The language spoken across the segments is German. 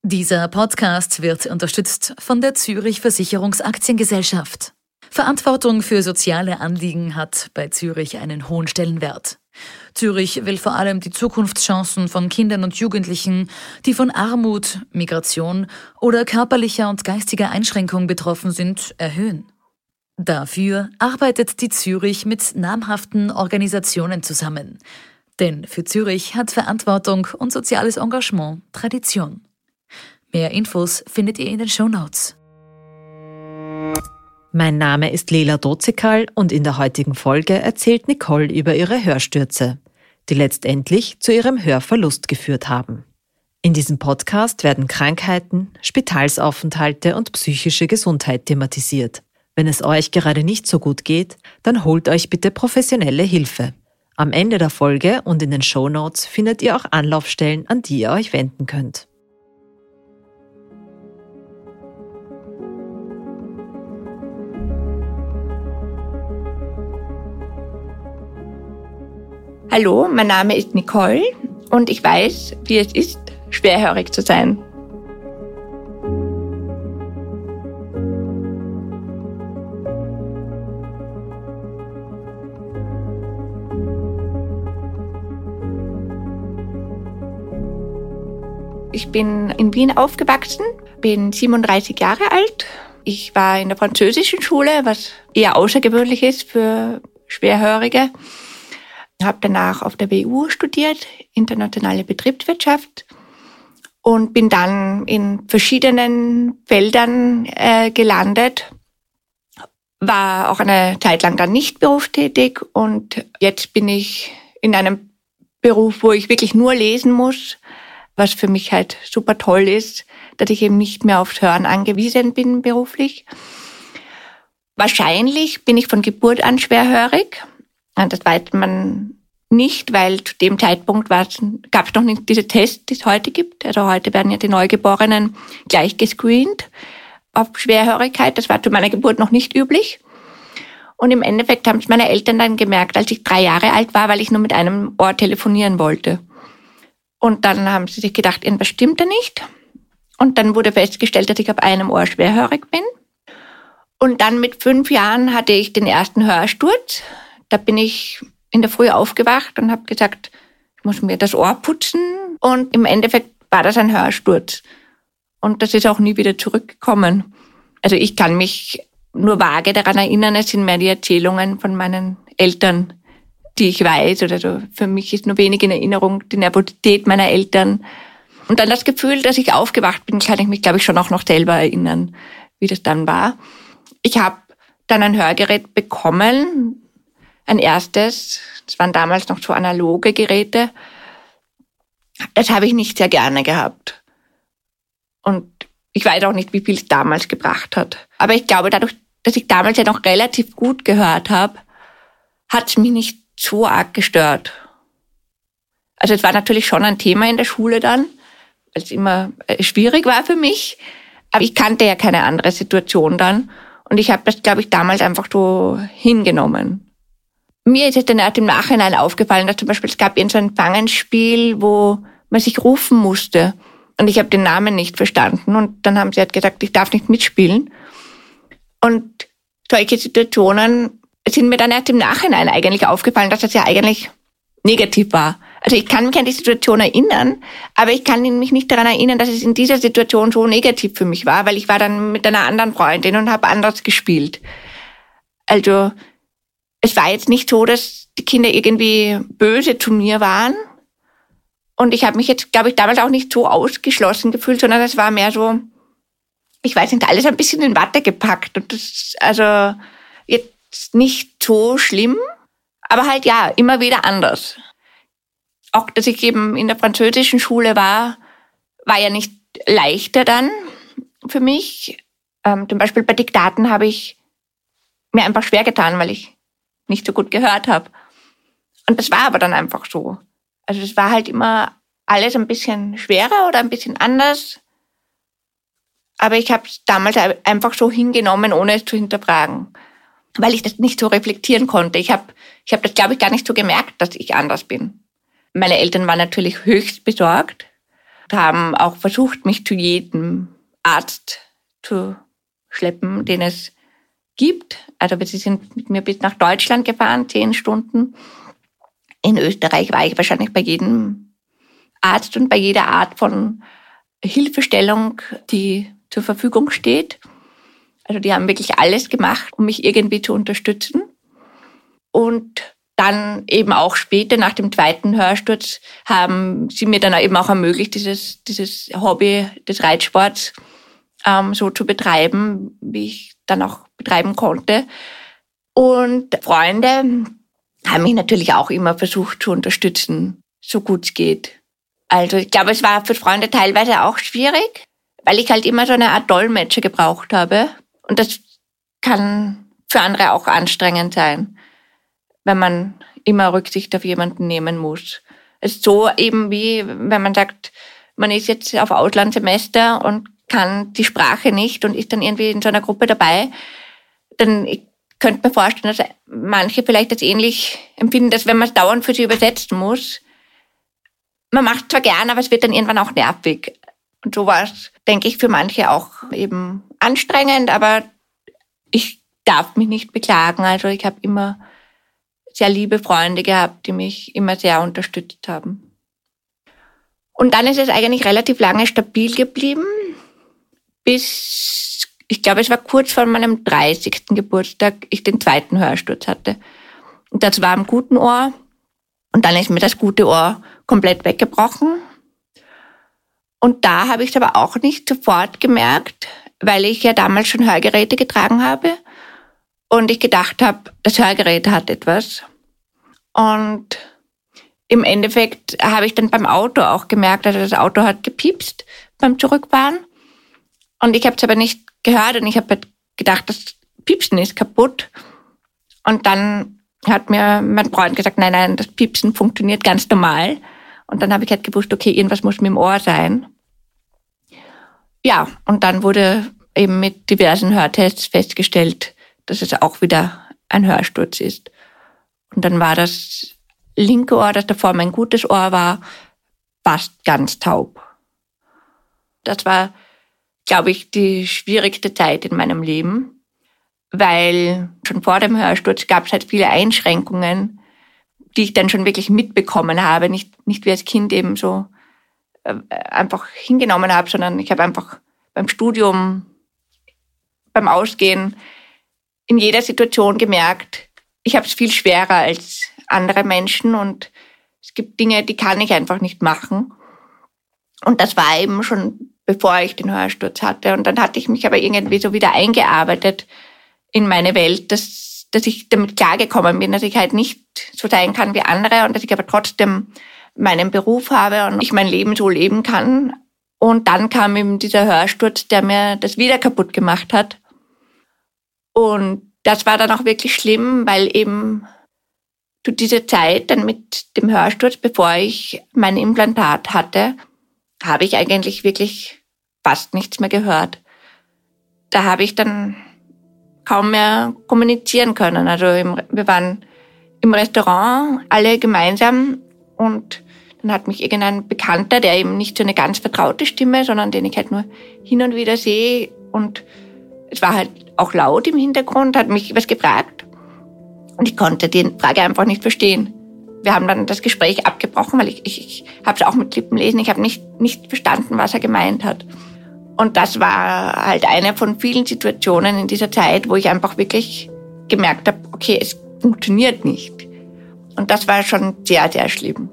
Dieser Podcast wird unterstützt von der Zürich Versicherungsaktiengesellschaft. Verantwortung für soziale Anliegen hat bei Zürich einen hohen Stellenwert. Zürich will vor allem die Zukunftschancen von Kindern und Jugendlichen, die von Armut, Migration oder körperlicher und geistiger Einschränkung betroffen sind, erhöhen. Dafür arbeitet die Zürich mit namhaften Organisationen zusammen. Denn für Zürich hat Verantwortung und soziales Engagement Tradition. Mehr Infos findet ihr in den Shownotes. Mein Name ist Lela Dozikal und in der heutigen Folge erzählt Nicole über ihre Hörstürze, die letztendlich zu ihrem Hörverlust geführt haben. In diesem Podcast werden Krankheiten, Spitalsaufenthalte und psychische Gesundheit thematisiert. Wenn es euch gerade nicht so gut geht, dann holt euch bitte professionelle Hilfe. Am Ende der Folge und in den Shownotes findet ihr auch Anlaufstellen, an die ihr euch wenden könnt. Hallo, mein Name ist Nicole und ich weiß, wie es ist, schwerhörig zu sein. Ich bin in Wien aufgewachsen, bin 37 Jahre alt. Ich war in der französischen Schule, was eher außergewöhnlich ist für Schwerhörige. Habe danach auf der WU studiert, internationale Betriebswirtschaft, und bin dann in verschiedenen Feldern gelandet. War auch eine Zeit lang dann nicht berufstätig und jetzt bin ich in einem Beruf, wo ich wirklich nur lesen muss, was für mich halt super toll ist, dass ich eben nicht mehr aufs Hören angewiesen bin beruflich. Wahrscheinlich bin ich von Geburt an schwerhörig. Und das weiß man nicht, weil zu dem Zeitpunkt gab es noch nicht diese Tests, die es heute gibt. Also heute werden ja die Neugeborenen gleich gescreent auf Schwerhörigkeit. Das war zu meiner Geburt noch nicht üblich. Und im Endeffekt haben es meine Eltern dann gemerkt, als ich 3 Jahre alt war, weil ich nur mit einem Ohr telefonieren wollte. Und dann haben sie sich gedacht, irgendwas stimmt da nicht. Und dann wurde festgestellt, dass ich auf einem Ohr schwerhörig bin. Und dann mit 5 Jahren hatte ich den ersten Hörsturz. Da bin ich in der Früh aufgewacht und habe gesagt, ich muss mir das Ohr putzen. Und im Endeffekt war das ein Hörsturz. Und das ist auch nie wieder zurückgekommen. Also ich kann mich nur vage daran erinnern, es sind mehr die Erzählungen von meinen Eltern, die ich weiß. Oder so. Für mich ist nur wenig in Erinnerung die Nervosität meiner Eltern. Und dann das Gefühl, dass ich aufgewacht bin, kann ich mich, glaube ich, schon auch noch selber erinnern, wie das dann war. Ich habe dann ein Hörgerät bekommen, ein erstes. Das waren damals noch so analoge Geräte. Das habe ich nicht sehr gerne gehabt. Und ich weiß auch nicht, wie viel es damals gebracht hat. Aber ich glaube, dadurch, dass ich damals ja noch relativ gut gehört habe, hat es mich nicht so arg gestört. Also es war natürlich schon ein Thema in der Schule dann, weil es immer schwierig war für mich. Aber ich kannte ja keine andere Situation dann. Und ich habe das, glaube ich, damals einfach so hingenommen. Mir ist es dann erst im Nachhinein aufgefallen, dass zum Beispiel es gab so ein Fangenspiel, wo man sich rufen musste. Und ich habe den Namen nicht verstanden. Und dann haben sie halt gesagt, ich darf nicht mitspielen. Und solche Situationen sind mir dann erst im Nachhinein eigentlich aufgefallen, dass das ja eigentlich negativ war. Also ich kann mich an die Situation erinnern, aber ich kann mich nicht daran erinnern, dass es in dieser Situation so negativ für mich war, weil ich war dann mit einer anderen Freundin und habe anders gespielt. Also es war jetzt nicht so, dass die Kinder irgendwie böse zu mir waren. Und ich habe mich jetzt, glaube ich, damals auch nicht so ausgeschlossen gefühlt, sondern es war mehr so, ich weiß nicht, alles ein bisschen in Watte gepackt. Und das, also jetzt nicht so schlimm, aber halt ja, immer wieder anders. Auch, dass ich eben in der französischen Schule war ja nicht leichter dann für mich. Zum Beispiel bei Diktaten habe ich mir einfach schwer getan, weil ich nicht so gut gehört habe. Und das war aber dann einfach so. Also es war halt immer alles ein bisschen schwerer oder ein bisschen anders. Aber ich habe es damals einfach so hingenommen, ohne es zu hinterfragen. Weil ich das nicht so reflektieren konnte. Ich hab das, glaube ich, gar nicht so gemerkt, dass ich anders bin. Meine Eltern waren natürlich höchst besorgt. und haben auch versucht, mich zu jedem Arzt zu schleppen, den es gibt. Also sie sind mit mir bis nach Deutschland gefahren, 10 Stunden. In Österreich war ich wahrscheinlich bei jedem Arzt und bei jeder Art von Hilfestellung, die zur Verfügung steht. Also die haben wirklich alles gemacht, um mich irgendwie zu unterstützen. Und dann eben auch später, nach dem 2. Hörsturz, haben sie mir dann eben auch ermöglicht, dieses Hobby des Reitsports so zu betreiben, wie ich dann auch betreiben konnte. Und Freunde haben mich natürlich auch immer versucht zu unterstützen, so gut es geht. Also ich glaube, es war für Freunde teilweise auch schwierig, weil ich halt immer so eine Art Dolmetscher gebraucht habe. Und das kann für andere auch anstrengend sein, wenn man immer Rücksicht auf jemanden nehmen muss. Es ist so eben wie, wenn man sagt, man ist jetzt auf Auslandssemester und kann die Sprache nicht und ist dann irgendwie in so einer Gruppe dabei, dann ich könnte mir vorstellen, dass manche vielleicht das ähnlich empfinden, dass wenn man es dauernd für sie übersetzen muss, man macht zwar gern, aber es wird dann irgendwann auch nervig. Und so war es, denke ich, für manche auch eben anstrengend, aber ich darf mich nicht beklagen. Also ich habe immer sehr liebe Freunde gehabt, die mich immer sehr unterstützt haben. Und dann ist es eigentlich relativ lange stabil geblieben, bis, ich glaube, es war kurz vor meinem 30. Geburtstag, ich den 2. Hörsturz hatte. Und das war am guten Ohr. Und dann ist mir das gute Ohr komplett weggebrochen. Und da habe ich es aber auch nicht sofort gemerkt, weil ich ja damals schon Hörgeräte getragen habe. Und ich gedacht habe, das Hörgerät hat etwas. Und im Endeffekt habe ich dann beim Auto auch gemerkt, also das Auto hat gepiepst beim Zurückfahren. Und ich habe es aber nicht gehört und ich habe halt gedacht, das Piepsen ist kaputt. Und dann hat mir mein Freund gesagt, nein, das Piepsen funktioniert ganz normal. Und dann habe ich halt gewusst, okay, irgendwas muss mit dem Ohr sein. Ja, und dann wurde eben mit diversen Hörtests festgestellt, dass es auch wieder ein Hörsturz ist. Und dann war das linke Ohr, das davor mein gutes Ohr war, fast ganz taub. Das war, glaube ich, die schwierigste Zeit in meinem Leben, weil schon vor dem Hörsturz gab es halt viele Einschränkungen, die ich dann schon wirklich mitbekommen habe, nicht wie als Kind eben so einfach hingenommen habe, sondern ich habe einfach beim Studium, beim Ausgehen in jeder Situation gemerkt, ich habe es viel schwerer als andere Menschen und es gibt Dinge, die kann ich einfach nicht machen. Und das war eben schon, bevor ich den Hörsturz hatte. Und dann hatte ich mich aber irgendwie so wieder eingearbeitet in meine Welt, dass ich damit klargekommen bin, dass ich halt nicht so sein kann wie andere und dass ich aber trotzdem meinen Beruf habe und ich mein Leben so leben kann. Und dann kam eben dieser Hörsturz, der mir das wieder kaputt gemacht hat. Und das war dann auch wirklich schlimm, weil eben zu dieser Zeit dann mit dem Hörsturz, bevor ich mein Implantat hatte, habe ich eigentlich wirklich fast nichts mehr gehört. Da habe ich dann kaum mehr kommunizieren können. Also wir waren im Restaurant, alle gemeinsam, und dann hat mich irgendein Bekannter, der eben nicht so eine ganz vertraute Stimme, sondern den ich halt nur hin und wieder sehe, und es war halt auch laut im Hintergrund, hat mich was gefragt und ich konnte die Frage einfach nicht verstehen. Wir haben dann das Gespräch abgebrochen, weil ich habe es auch mit Lippenlesen, ich habe nicht verstanden, was er gemeint hat. Und das war halt eine von vielen Situationen in dieser Zeit, wo ich einfach wirklich gemerkt habe, okay, es funktioniert nicht. Und das war schon sehr, sehr schlimm.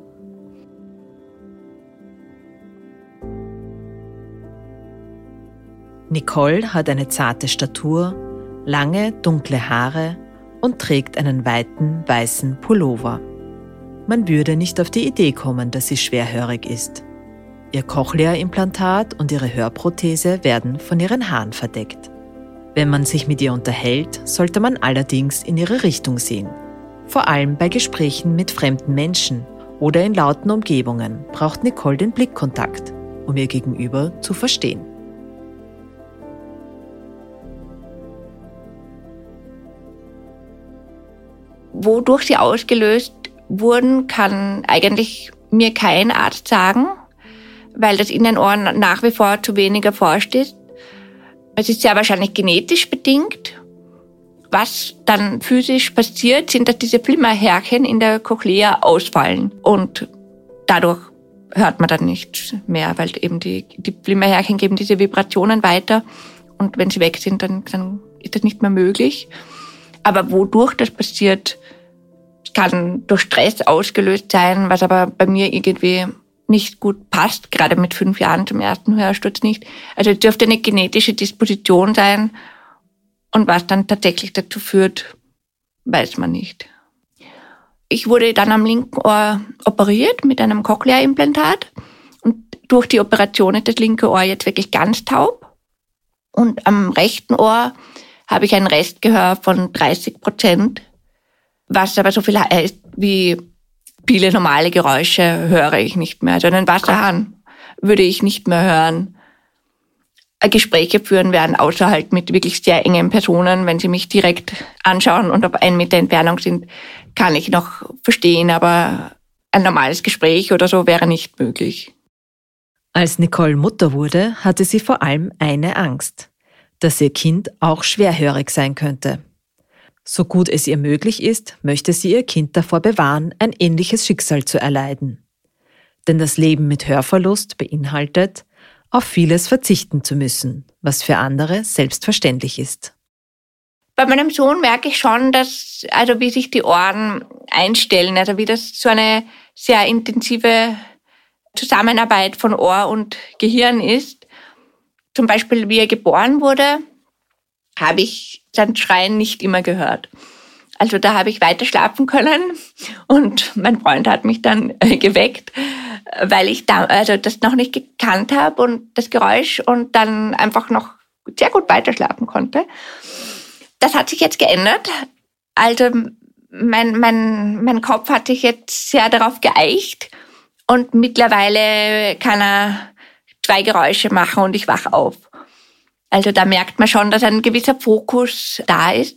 Nicole hat eine zarte Statur, lange, dunkle Haare und trägt einen weiten, weißen Pullover. Man würde nicht auf die Idee kommen, dass sie schwerhörig ist. Ihr Cochlea-Implantat und ihre Hörprothese werden von ihren Haaren verdeckt. Wenn man sich mit ihr unterhält, sollte man allerdings in ihre Richtung sehen. Vor allem bei Gesprächen mit fremden Menschen oder in lauten Umgebungen braucht Nicole den Blickkontakt, um ihr Gegenüber zu verstehen. Wodurch sie ausgelöst wurden, kann eigentlich mir kein Arzt sagen, weil das Innenohr nach wie vor zu wenig erforscht ist. Es ist sehr wahrscheinlich genetisch bedingt. Was dann physisch passiert, sind, dass diese Flimmerhärchen in der Cochlea ausfallen und dadurch hört man dann nichts mehr, weil eben die Flimmerhärchen geben diese Vibrationen weiter und wenn sie weg sind, dann ist das nicht mehr möglich. Aber wodurch das passiert, kann durch Stress ausgelöst sein, was aber bei mir irgendwie nicht gut passt, gerade mit 5 Jahren zum ersten Hörsturz nicht. Also es dürfte eine genetische Disposition sein und was dann tatsächlich dazu führt, weiß man nicht. Ich wurde dann am linken Ohr operiert mit einem Cochlea-Implantat und durch die Operation ist das linke Ohr jetzt wirklich ganz taub. Und am rechten Ohr habe ich ein Restgehör von 30%, was aber so viel heißt wie viele normale Geräusche höre ich nicht mehr. Also einen Wasserhahn würde ich nicht mehr hören. Gespräche führen werden, außer halt mit wirklich sehr engen Personen. Wenn sie mich direkt anschauen und auf 1 Meter Entfernung sind, kann ich noch verstehen, aber ein normales Gespräch oder so wäre nicht möglich. Als Nicole Mutter wurde, hatte sie vor allem eine Angst, dass ihr Kind auch schwerhörig sein könnte. So gut es ihr möglich ist, möchte sie ihr Kind davor bewahren, ein ähnliches Schicksal zu erleiden. Denn das Leben mit Hörverlust beinhaltet, auf vieles verzichten zu müssen, was für andere selbstverständlich ist. Bei meinem Sohn merke ich schon, dass, also wie sich die Ohren einstellen, also wie das so eine sehr intensive Zusammenarbeit von Ohr und Gehirn ist. Zum Beispiel, wie er geboren wurde, habe ich sein Schreien nicht immer gehört. Also da habe ich weiter schlafen können und mein Freund hat mich dann geweckt, weil ich das noch nicht gekannt habe und das Geräusch und dann einfach noch sehr gut weiter schlafen konnte. Das hat sich jetzt geändert. Also mein Kopf hat sich jetzt sehr darauf geeicht und mittlerweile kann er 2 Geräusche machen und ich wach auf. Also da merkt man schon, dass ein gewisser Fokus da ist.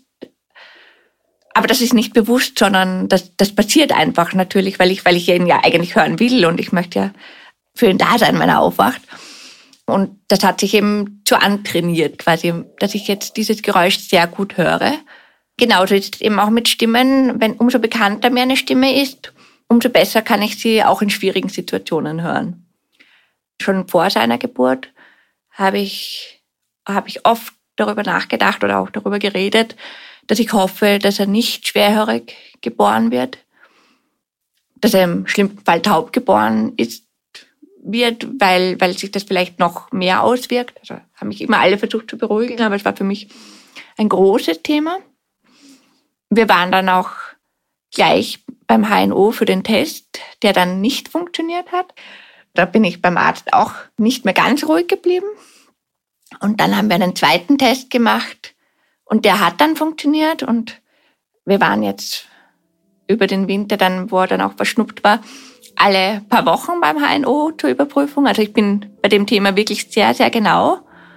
Aber das ist nicht bewusst, sondern das passiert einfach natürlich, weil ich ihn ja eigentlich hören will und ich möchte ja für ihn da sein, wenn er aufwacht. Und das hat sich eben so antrainiert quasi, dass ich jetzt dieses Geräusch sehr gut höre. Genauso ist es eben auch mit Stimmen. Umso bekannter mir eine Stimme ist, umso besser kann ich sie auch in schwierigen Situationen hören. Schon vor seiner Geburt habe ich oft darüber nachgedacht oder auch darüber geredet, dass ich hoffe, dass er nicht schwerhörig geboren wird, dass er im schlimmsten Fall taub geboren wird, weil sich das vielleicht noch mehr auswirkt. Also haben mich immer alle versucht zu beruhigen, aber es war für mich ein großes Thema. Wir waren dann auch gleich beim HNO für den Test, der dann nicht funktioniert hat. Da bin ich beim Arzt auch nicht mehr ganz ruhig geblieben. Und dann haben wir einen zweiten Test gemacht und der hat dann funktioniert und wir waren jetzt über den Winter dann, wo er dann auch verschnupft war, alle paar Wochen beim HNO zur Überprüfung. Also ich bin bei dem Thema wirklich sehr, sehr genau.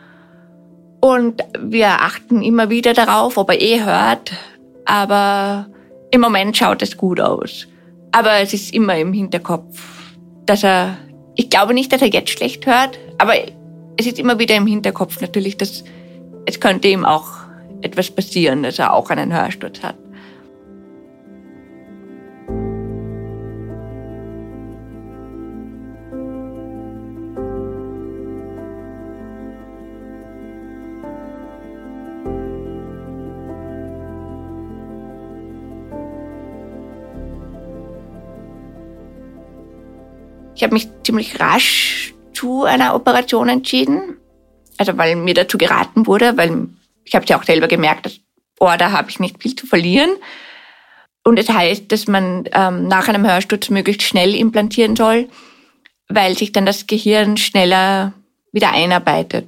Und wir achten immer wieder darauf, ob er hört. Aber im Moment schaut es gut aus. Aber es ist immer im Hinterkopf, ich glaube nicht, dass er jetzt schlecht hört, aber es ist immer wieder im Hinterkopf natürlich, dass es könnte ihm auch etwas passieren, dass er auch einen Hörsturz hat. Ich habe mich ziemlich rasch zu einer Operation entschieden, also weil mir dazu geraten wurde, weil ich habe es ja auch selber gemerkt, da habe ich nicht viel zu verlieren. Und es heißt, dass man nach einem Hörsturz möglichst schnell implantieren soll, weil sich dann das Gehirn schneller wieder einarbeitet.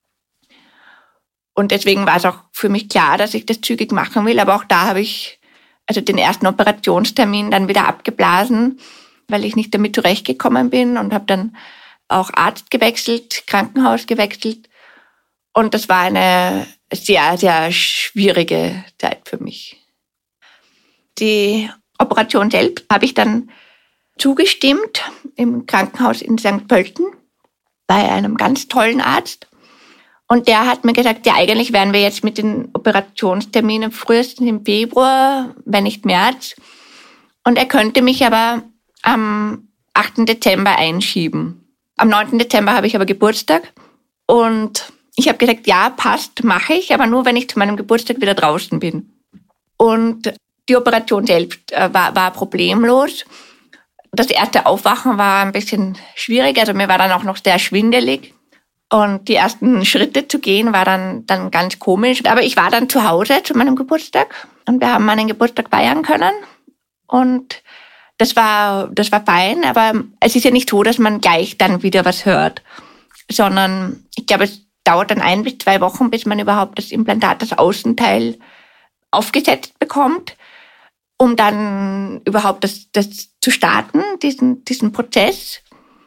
Und deswegen war es auch für mich klar, dass ich das zügig machen will. Aber auch da habe ich den ersten Operationstermin dann wieder abgeblasen, weil ich nicht damit zurechtgekommen bin und habe dann auch Arzt gewechselt, Krankenhaus gewechselt. Und das war eine sehr, sehr schwierige Zeit für mich. Die Operation selbst habe ich dann zugestimmt im Krankenhaus in St. Pölten. bei einem ganz tollen Arzt. Und der hat mir gesagt, ja, eigentlich wären wir jetzt mit den Operationsterminen frühestens im Februar, wenn nicht März. Und er könnte mich aber am 8. Dezember einschieben. Am 9. Dezember habe ich aber Geburtstag. Und ich habe gesagt, ja, passt, mache ich, aber nur, wenn ich zu meinem Geburtstag wieder draußen bin. Und die Operation selbst war problemlos. Das erste Aufwachen war ein bisschen schwierig, also mir war dann auch noch sehr schwindelig. Und die ersten Schritte zu gehen war dann ganz komisch. Aber ich war dann zu Hause zu meinem Geburtstag und wir haben meinen Geburtstag feiern können. Und das war fein, aber es ist ja nicht so, dass man gleich dann wieder was hört, sondern ich glaube, es dauert dann 1 bis 2 Wochen, bis man überhaupt das Implantat, das Außenteil, aufgesetzt bekommt, um dann überhaupt das zu starten, diesen Prozess.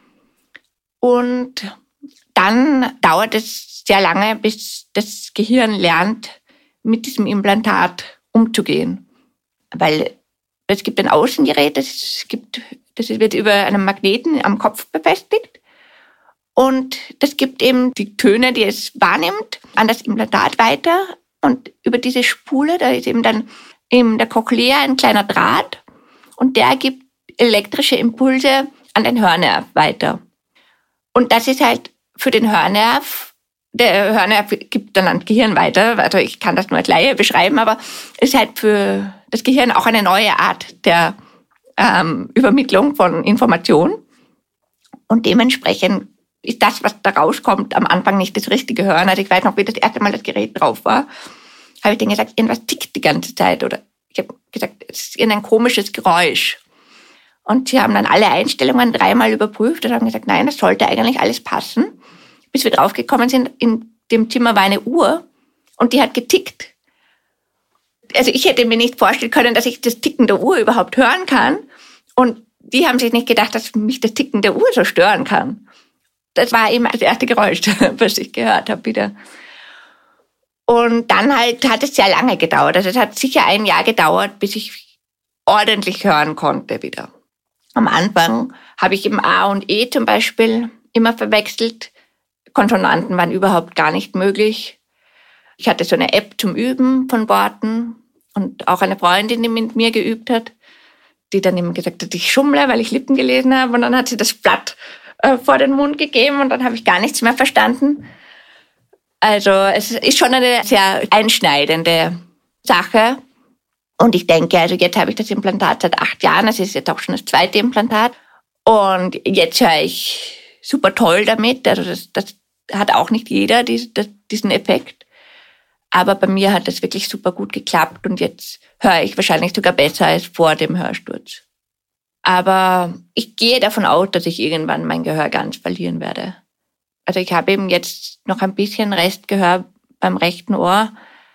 Und dann dauert es sehr lange, bis das Gehirn lernt, mit diesem Implantat umzugehen. Weil es gibt ein Außengerät, das wird über einen Magneten am Kopf befestigt. Und das gibt eben die Töne, die es wahrnimmt, an das Implantat weiter. Und über diese Spule, da ist eben dann in der Cochlea ein kleiner Draht. Und der gibt elektrische Impulse an den Hörnerv weiter. Und das ist halt für den Hörnerv, der Hörnerv gibt dann ans Gehirn weiter. Also ich kann das nur als Laie beschreiben, aber es ist halt für das Gehirn auch eine neue Art der Übermittlung von Information. Und dementsprechend ist das, was da rauskommt, am Anfang nicht das richtige Hören. Also ich weiß noch, wie das erste Mal das Gerät drauf war, habe ich denen gesagt, irgendwas tickt die ganze Zeit. Oder ich habe gesagt, es ist irgendein komisches Geräusch. Und sie haben dann alle Einstellungen 3-mal überprüft und haben gesagt, nein, das sollte eigentlich alles passen. Bis wir draufgekommen sind, in dem Zimmer war eine Uhr und die hat getickt. Also ich hätte mir nicht vorstellen können, dass ich das Ticken der Uhr überhaupt hören kann. Und die haben sich nicht gedacht, dass mich das Ticken der Uhr so stören kann. Das war eben das erste Geräusch, was ich gehört habe wieder. Und dann halt hat es sehr lange gedauert. Also es hat sicher 1 Jahr gedauert, bis ich ordentlich hören konnte wieder. Am Anfang habe ich eben A und E zum Beispiel immer verwechselt. Konsonanten waren überhaupt gar nicht möglich. Ich hatte so eine App zum Üben von Worten und auch eine Freundin, die mit mir geübt hat, die dann immer gesagt hat, ich schummle, weil ich Lippen gelesen habe. Und dann hat sie das Blatt vor den Mund gegeben und dann habe ich gar nichts mehr verstanden. Also es ist schon eine sehr einschneidende Sache. Und ich denke, also jetzt habe ich das Implantat seit 8 Jahren. Es ist jetzt auch schon das 2. Implantat. Und jetzt höre ich super toll damit. Also das hat auch nicht jeder, diesen Effekt. Aber bei mir hat das wirklich super gut geklappt. Und jetzt höre ich wahrscheinlich sogar besser als vor dem Hörsturz. Aber ich gehe davon aus, dass ich irgendwann mein Gehör ganz verlieren werde. Also ich habe eben jetzt noch ein bisschen Restgehör beim rechten Ohr.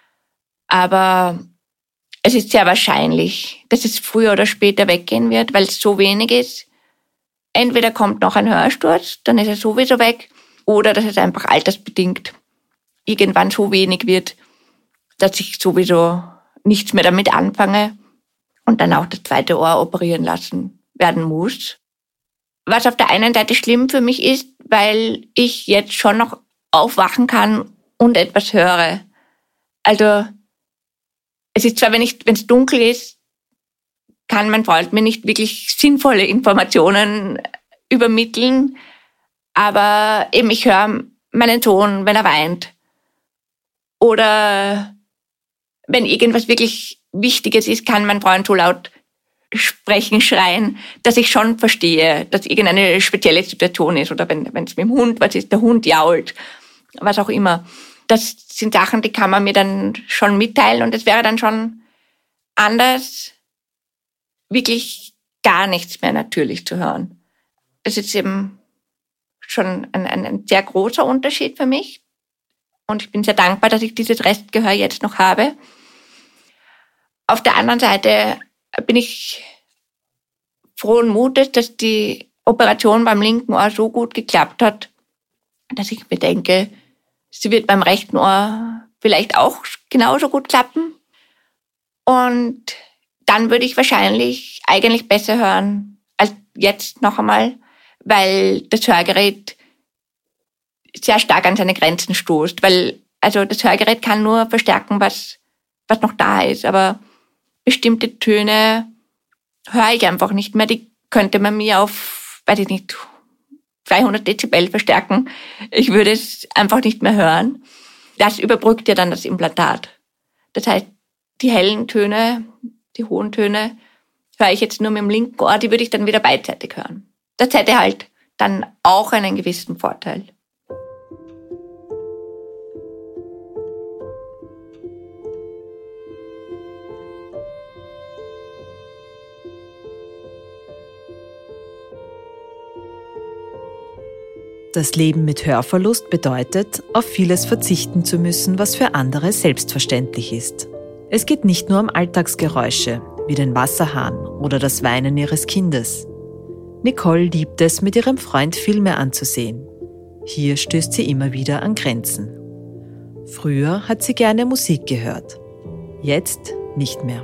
Aber es ist sehr wahrscheinlich, dass es früher oder später weggehen wird, weil es so wenig ist. Entweder kommt noch ein Hörsturz, dann ist er sowieso weg, oder dass es einfach altersbedingt irgendwann so wenig wird, dass ich sowieso nichts mehr damit anfange und dann auch das 2. Ohr operieren lassen werden muss. Was auf der einen Seite schlimm für mich ist, weil ich jetzt schon noch aufwachen kann und etwas höre. Also es ist zwar, wenn es dunkel ist, kann mein Freund mir nicht wirklich sinnvolle Informationen übermitteln, aber eben ich höre meinen Sohn, wenn er weint. Oder wenn irgendwas wirklich Wichtiges ist, kann mein Freund so laut sprechen, schreien, dass ich schon verstehe, dass irgendeine spezielle Situation ist. Oder wenn es mit dem Hund was ist, der Hund jault, was auch immer. Das sind Sachen, die kann man mir dann schon mitteilen und es wäre dann schon anders, wirklich gar nichts mehr natürlich zu hören. Das ist eben schon ein sehr großer Unterschied für mich. Und ich bin sehr dankbar, dass ich dieses Restgehör jetzt noch habe. Auf der anderen Seite bin ich frohen Mutes, dass die Operation beim linken Ohr so gut geklappt hat, dass ich mir denke, sie wird beim rechten Ohr vielleicht auch genauso gut klappen. Und dann würde ich wahrscheinlich eigentlich besser hören als jetzt noch einmal, weil das Hörgerät sehr stark an seine Grenzen stoßt, weil also das Hörgerät kann nur verstärken, was noch da ist, aber bestimmte Töne höre ich einfach nicht mehr. Die könnte man mir auf, weiß ich nicht, 200 Dezibel verstärken. Ich würde es einfach nicht mehr hören. Das überbrückt ja dann das Implantat. Das heißt, die hellen Töne, die hohen Töne, höre ich jetzt nur mit dem linken Ohr, die würde ich dann wieder beidseitig hören. Das hätte halt dann auch einen gewissen Vorteil. Das Leben mit Hörverlust bedeutet, auf vieles verzichten zu müssen, was für andere selbstverständlich ist. Es geht nicht nur um Alltagsgeräusche, wie den Wasserhahn oder das Weinen ihres Kindes. Nicole liebt es, mit ihrem Freund Filme anzusehen. Hier stößt sie immer wieder an Grenzen. Früher hat sie gerne Musik gehört, jetzt nicht mehr.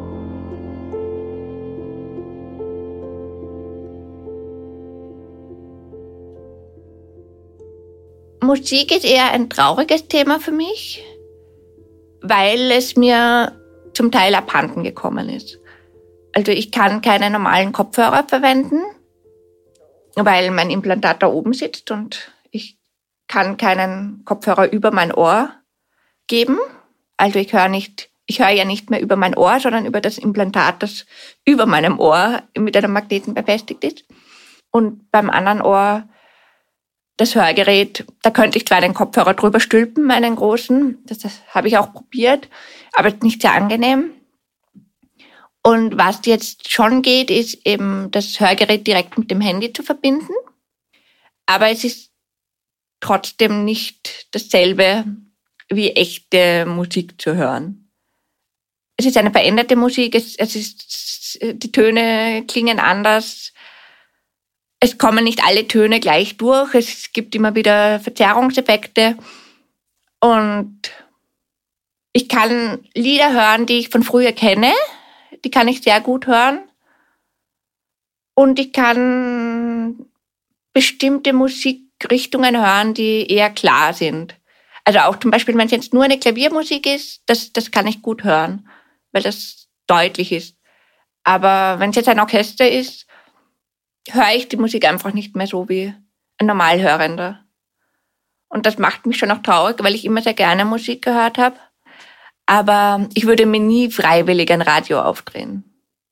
Musik ist eher ein trauriges Thema für mich, weil es mir zum Teil abhanden gekommen ist. Also ich kann keine normalen Kopfhörer verwenden, weil mein Implantat da oben sitzt und ich kann keinen Kopfhörer über mein Ohr geben. Also ich höre ja nicht mehr über mein Ohr, sondern über das Implantat, das über meinem Ohr mit einem Magneten befestigt ist. Und beim anderen Ohr das Hörgerät, da könnte ich zwar den Kopfhörer drüber stülpen, meinen großen, das habe ich auch probiert, aber nicht sehr angenehm. Und was jetzt schon geht, ist eben das Hörgerät direkt mit dem Handy zu verbinden. Aber es ist trotzdem nicht dasselbe, wie echte Musik zu hören. Es ist eine veränderte Musik, die Töne klingen anders. Es kommen nicht alle Töne gleich durch. Es gibt immer wieder Verzerrungseffekte. Und ich kann Lieder hören, die ich von früher kenne. Die kann ich sehr gut hören. Und ich kann bestimmte Musikrichtungen hören, die eher klar sind. Also auch zum Beispiel, wenn es jetzt nur eine Klaviermusik ist, das kann ich gut hören, weil das deutlich ist. Aber wenn es jetzt ein Orchester ist, höre ich die Musik einfach nicht mehr so wie ein Normalhörender. Und das macht mich schon auch traurig, weil ich immer sehr gerne Musik gehört habe. Aber ich würde mir nie freiwillig ein Radio aufdrehen.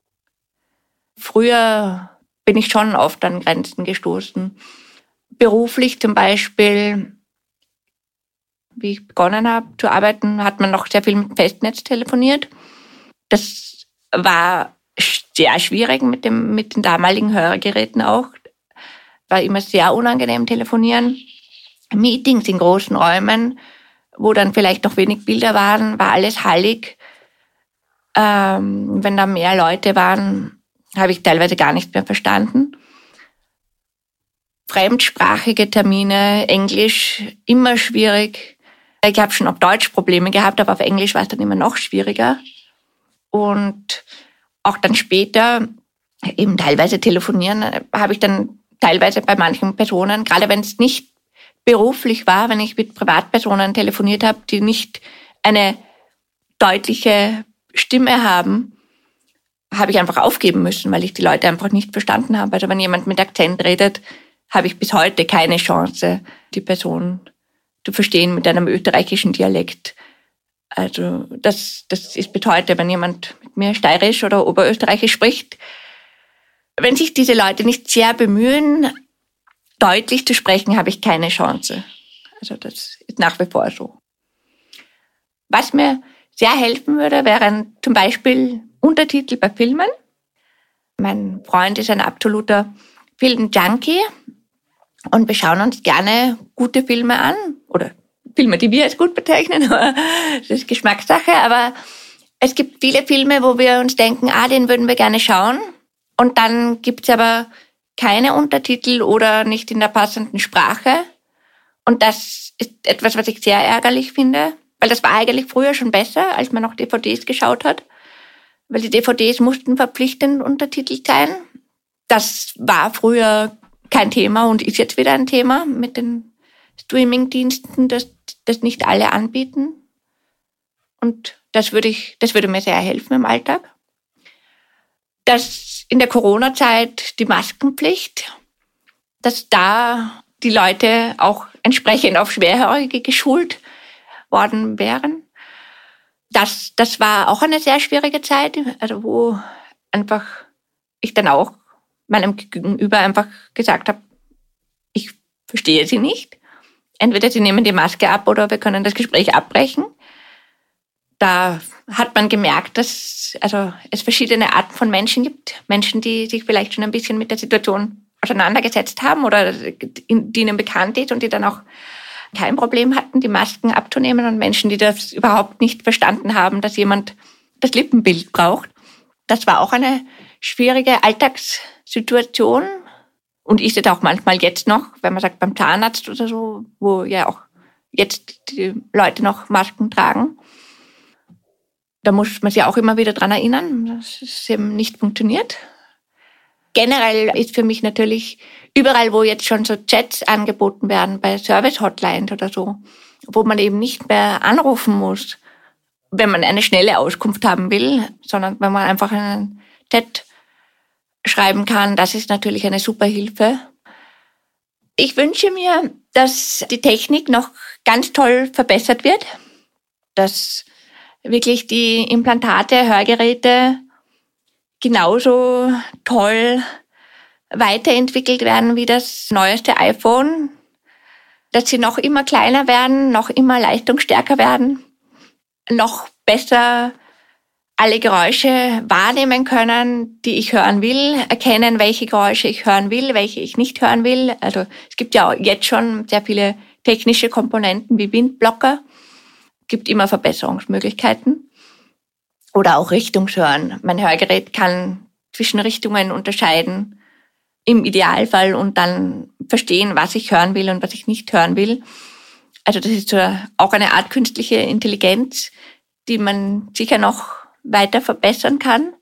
Früher bin ich schon oft an Grenzen gestoßen. Beruflich zum Beispiel, wie ich begonnen habe zu arbeiten, hat man noch sehr viel mit Festnetz telefoniert. Das war sehr schwierig mit den damaligen Hörgeräten auch. War immer sehr unangenehm telefonieren. Meetings in großen Räumen, wo dann vielleicht noch wenig Bilder waren, war alles hallig. Wenn da mehr Leute waren, habe ich teilweise gar nicht mehr verstanden. Fremdsprachige Termine, Englisch, immer schwierig. Ich habe schon auf Deutsch Probleme gehabt, aber auf Englisch war es dann immer noch schwieriger. Und auch dann später eben teilweise telefonieren, habe ich dann teilweise bei manchen Personen, gerade wenn es nicht beruflich war, wenn ich mit Privatpersonen telefoniert habe, die nicht eine deutliche Stimme haben, habe ich einfach aufgeben müssen, weil ich die Leute einfach nicht verstanden habe. Also wenn jemand mit Akzent redet, habe ich bis heute keine Chance, die Person zu verstehen mit einem österreichischen Dialekt. Also das ist bis heute, wenn jemand mit mir steirisch oder oberösterreichisch spricht, wenn sich diese Leute nicht sehr bemühen, deutlich zu sprechen, habe ich keine Chance. Also das ist nach wie vor so. Was mir sehr helfen würde, wären zum Beispiel Untertitel bei Filmen. Mein Freund ist ein absoluter Film-Junkie und wir schauen uns gerne gute Filme an oder Filme, die wir als gut bezeichnen. Das ist Geschmackssache, aber es gibt viele Filme, wo wir uns denken, den würden wir gerne schauen. Und dann gibt es aber keine Untertitel oder nicht in der passenden Sprache. Und das ist etwas, was ich sehr ärgerlich finde, weil das war eigentlich früher schon besser, als man noch DVDs geschaut hat. Weil die DVDs mussten verpflichtend untertitelt sein. Das war früher kein Thema und ist jetzt wieder ein Thema mit den Streaming-Diensten das nicht alle anbieten. Und das würde mir sehr helfen im Alltag. Dass in der Corona-Zeit die Maskenpflicht, dass da die Leute auch entsprechend auf Schwerhörige geschult worden wären. Das war auch eine sehr schwierige Zeit, also wo einfach ich dann auch meinem Gegenüber einfach gesagt habe, ich verstehe Sie nicht. Entweder Sie nehmen die Maske ab oder wir können das Gespräch abbrechen. Da hat man gemerkt, dass es verschiedene Arten von Menschen gibt. Menschen, die sich vielleicht schon ein bisschen mit der Situation auseinandergesetzt haben oder die ihnen bekannt ist und die dann auch kein Problem hatten, die Masken abzunehmen, und Menschen, die das überhaupt nicht verstanden haben, dass jemand das Lippenbild braucht. Das war auch eine schwierige Alltagssituation und ist es auch manchmal jetzt noch, wenn man sagt beim Zahnarzt oder so, wo ja auch jetzt die Leute noch Masken tragen. Da muss man sich auch immer wieder dran erinnern, dass es eben nicht funktioniert. Generell ist für mich natürlich überall, wo jetzt schon so Chats angeboten werden, bei Service-Hotlines oder so, wo man eben nicht mehr anrufen muss, wenn man eine schnelle Auskunft haben will, sondern wenn man einfach einen Chat schreiben kann, das ist natürlich eine super Hilfe. Ich wünsche mir, dass die Technik noch ganz toll verbessert wird, dass wirklich die Implantate, Hörgeräte genauso toll weiterentwickelt werden wie das neueste iPhone, dass sie noch immer kleiner werden, noch immer leistungsstärker werden, noch besser alle Geräusche wahrnehmen können, die ich hören will, erkennen, welche Geräusche ich hören will, welche ich nicht hören will. Also es gibt ja jetzt schon sehr viele technische Komponenten wie Windblocker. Es gibt immer Verbesserungsmöglichkeiten. Oder auch Richtungshören. Mein Hörgerät kann zwischen Richtungen unterscheiden, im Idealfall, und dann verstehen, was ich hören will und was ich nicht hören will. Also das ist so auch eine Art künstliche Intelligenz, die man sicher noch weiter verbessern kann.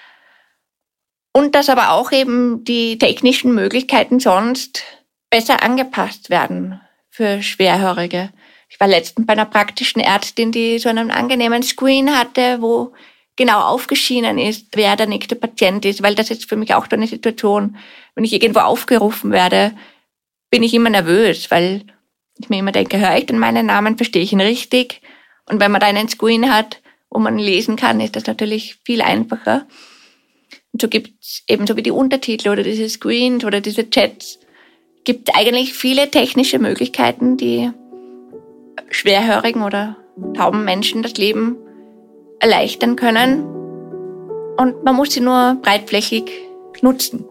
Und dass aber auch eben die technischen Möglichkeiten sonst besser angepasst werden für Schwerhörige. Ich war letztens bei einer praktischen Ärztin, die so einen angenehmen Screen hatte, wo genau aufgeschienen ist, wer der nächste Patient ist, weil das ist für mich auch so eine Situation, wenn ich irgendwo aufgerufen werde, bin ich immer nervös, weil ich mir immer denke, höre ich denn meinen Namen, verstehe ich ihn richtig? Und wenn man da einen Screen hat, wo man lesen kann, ist das natürlich viel einfacher. Und so gibt es ebenso wie die Untertitel oder diese Screens oder diese Chats, gibt eigentlich viele technische Möglichkeiten, die schwerhörigen oder tauben Menschen das Leben erleichtern können. Und man muss sie nur breitflächig nutzen.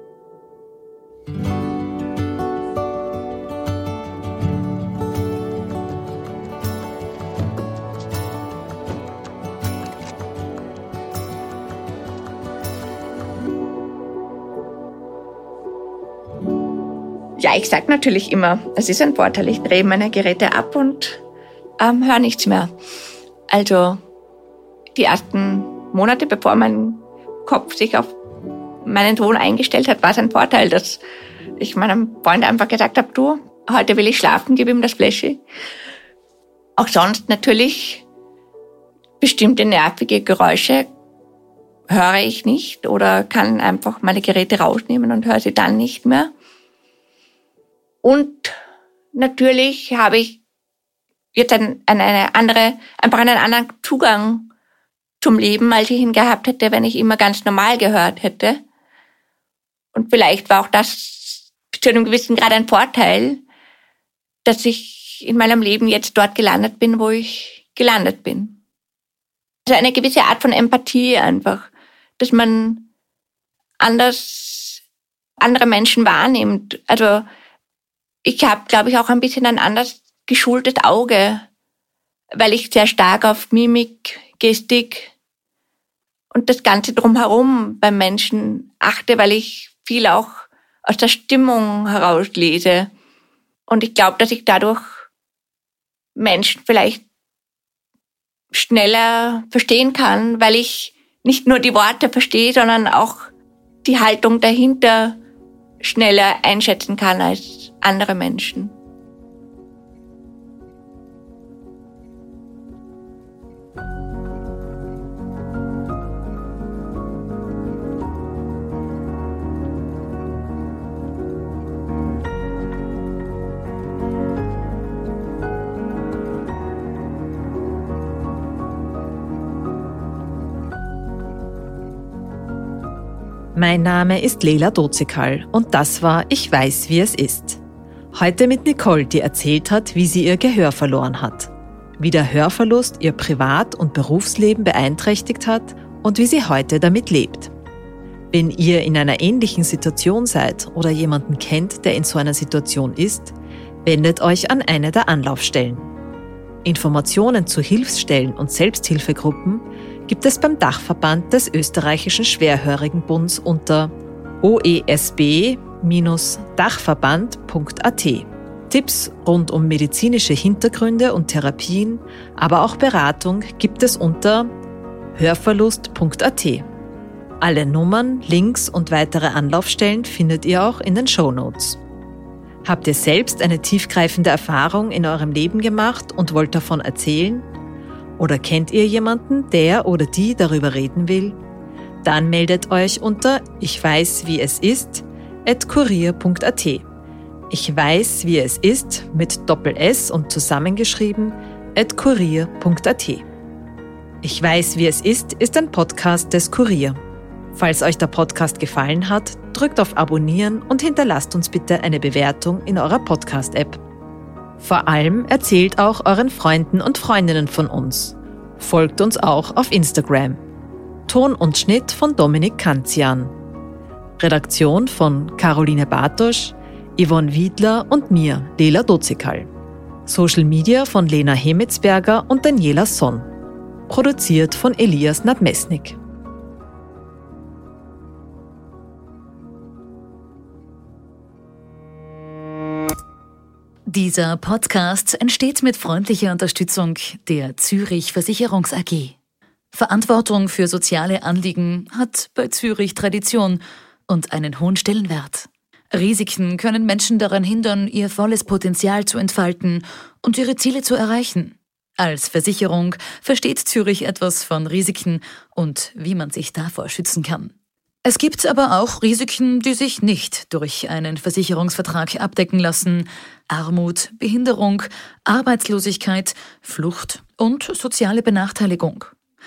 Ja, ich sage natürlich immer, es ist ein Vorteil, ich drehe meine Geräte ab und höre nichts mehr. Also die ersten Monate, bevor mein Kopf sich auf meinen Ton eingestellt hat, war es ein Vorteil, dass ich meinem Freund einfach gesagt habe, du, heute will ich schlafen, gib ihm das Fläschchen. Auch sonst natürlich bestimmte nervige Geräusche höre ich nicht oder kann einfach meine Geräte rausnehmen und höre sie dann nicht mehr. Und natürlich habe ich jetzt einen anderen Zugang zum Leben, als ich ihn gehabt hätte, wenn ich immer ganz normal gehört hätte. Und vielleicht war auch das zu einem gewissen Grad ein Vorteil, dass ich in meinem Leben jetzt dort gelandet bin, wo ich gelandet bin. Also eine gewisse Art von Empathie einfach, dass man anders andere Menschen wahrnimmt. Also ich habe, glaube ich, auch ein bisschen ein anders geschultes Auge, weil ich sehr stark auf Mimik, Gestik und das Ganze drumherum beim Menschen achte, weil ich viel auch aus der Stimmung herauslese. Und ich glaube, dass ich dadurch Menschen vielleicht schneller verstehen kann, weil ich nicht nur die Worte verstehe, sondern auch die Haltung dahinter schneller einschätzen kann als andere Menschen. Mein Name ist Leila Dozekal und das war Ich weiß, wie es ist. Heute mit Nicole, die erzählt hat, wie sie ihr Gehör verloren hat, wie der Hörverlust ihr Privat- und Berufsleben beeinträchtigt hat und wie sie heute damit lebt. Wenn ihr in einer ähnlichen Situation seid oder jemanden kennt, der in so einer Situation ist, wendet euch an eine der Anlaufstellen. Informationen zu Hilfsstellen und Selbsthilfegruppen gibt es beim Dachverband des Österreichischen Schwerhörigenbunds unter oesb-dachverband.at. Tipps rund um medizinische Hintergründe und Therapien, aber auch Beratung gibt es unter hörverlust.at. Alle Nummern, Links und weitere Anlaufstellen findet ihr auch in den Shownotes. Habt ihr selbst eine tiefgreifende Erfahrung in eurem Leben gemacht und wollt davon erzählen? Oder kennt ihr jemanden, der oder die darüber reden will? Dann meldet euch unter Ich weiß, wie es ist @kurier.at. Ich weiß, wie es ist mit Doppel-S und zusammengeschrieben @kurier.at. Ich weiß, wie es ist ein Podcast des Kurier. Falls euch der Podcast gefallen hat, drückt auf Abonnieren und hinterlasst uns bitte eine Bewertung in eurer Podcast-App. Vor allem erzählt auch euren Freunden und Freundinnen von uns. Folgt uns auch auf Instagram. Ton und Schnitt von Dominik Kanzian. Redaktion von Caroline Bartosch, Yvonne Wiedler und mir, Leila Dozekal. Social Media von Lena Hemitzberger und Daniela Sonn. Produziert von Elias Nadmesnik. Dieser Podcast entsteht mit freundlicher Unterstützung der Zürich Versicherungs AG. Verantwortung für soziale Anliegen hat bei Zürich Tradition und einen hohen Stellenwert. Risiken können Menschen daran hindern, ihr volles Potenzial zu entfalten und ihre Ziele zu erreichen. Als Versicherung versteht Zürich etwas von Risiken und wie man sich davor schützen kann. Es gibt aber auch Risiken, die sich nicht durch einen Versicherungsvertrag abdecken lassen. Armut, Behinderung, Arbeitslosigkeit, Flucht und soziale Benachteiligung.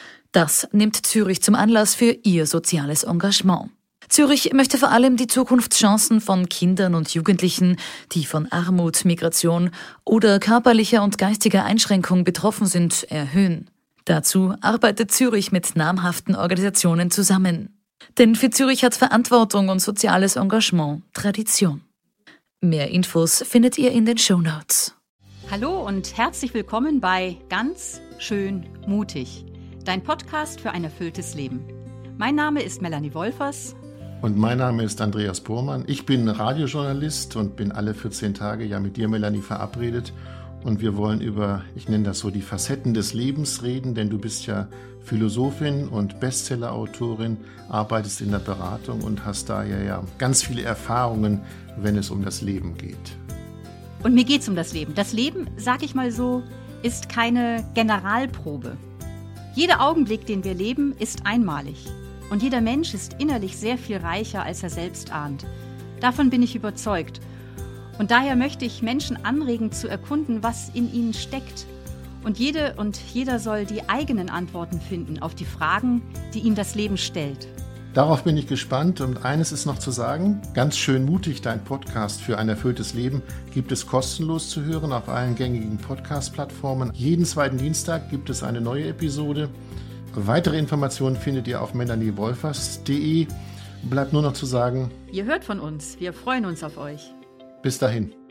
Das nimmt Zürich zum Anlass für ihr soziales Engagement. Zürich möchte vor allem die Zukunftschancen von Kindern und Jugendlichen, die von Armut, Migration oder körperlicher und geistiger Einschränkung betroffen sind, erhöhen. Dazu arbeitet Zürich mit namhaften Organisationen zusammen. Denn für Zürich hat Verantwortung und soziales Engagement Tradition. Mehr Infos findet ihr in den Shownotes. Hallo und herzlich willkommen bei Ganz schön mutig, dein Podcast für ein erfülltes Leben. Mein Name ist Melanie Wolfers. Und mein Name ist Andreas Pohrmann. Ich bin Radiojournalist und bin alle 14 Tage mit dir, Melanie, verabredet. Und wir wollen über, ich nenne das so, die Facetten des Lebens reden, denn du bist ja Philosophin und Bestsellerautorin, arbeitest in der Beratung und hast daher ja ganz viele Erfahrungen, wenn es um das Leben geht. Und mir geht es um das Leben. Das Leben, sag ich mal so, ist keine Generalprobe. Jeder Augenblick, den wir leben, ist einmalig. Und jeder Mensch ist innerlich sehr viel reicher, als er selbst ahnt. Davon bin ich überzeugt. Und daher möchte ich Menschen anregen, zu erkunden, was in ihnen steckt. Und jede und jeder soll die eigenen Antworten finden auf die Fragen, die ihm das Leben stellt. Darauf bin ich gespannt und eines ist noch zu sagen, ganz schön mutig, dein Podcast für ein erfülltes Leben gibt es kostenlos zu hören auf allen gängigen Podcast-Plattformen. Jeden zweiten Dienstag gibt es eine neue Episode. Weitere Informationen findet ihr auf melaniewolfers.de. Bleibt nur noch zu sagen, Ihr hört von uns, wir freuen uns auf euch. Bis dahin.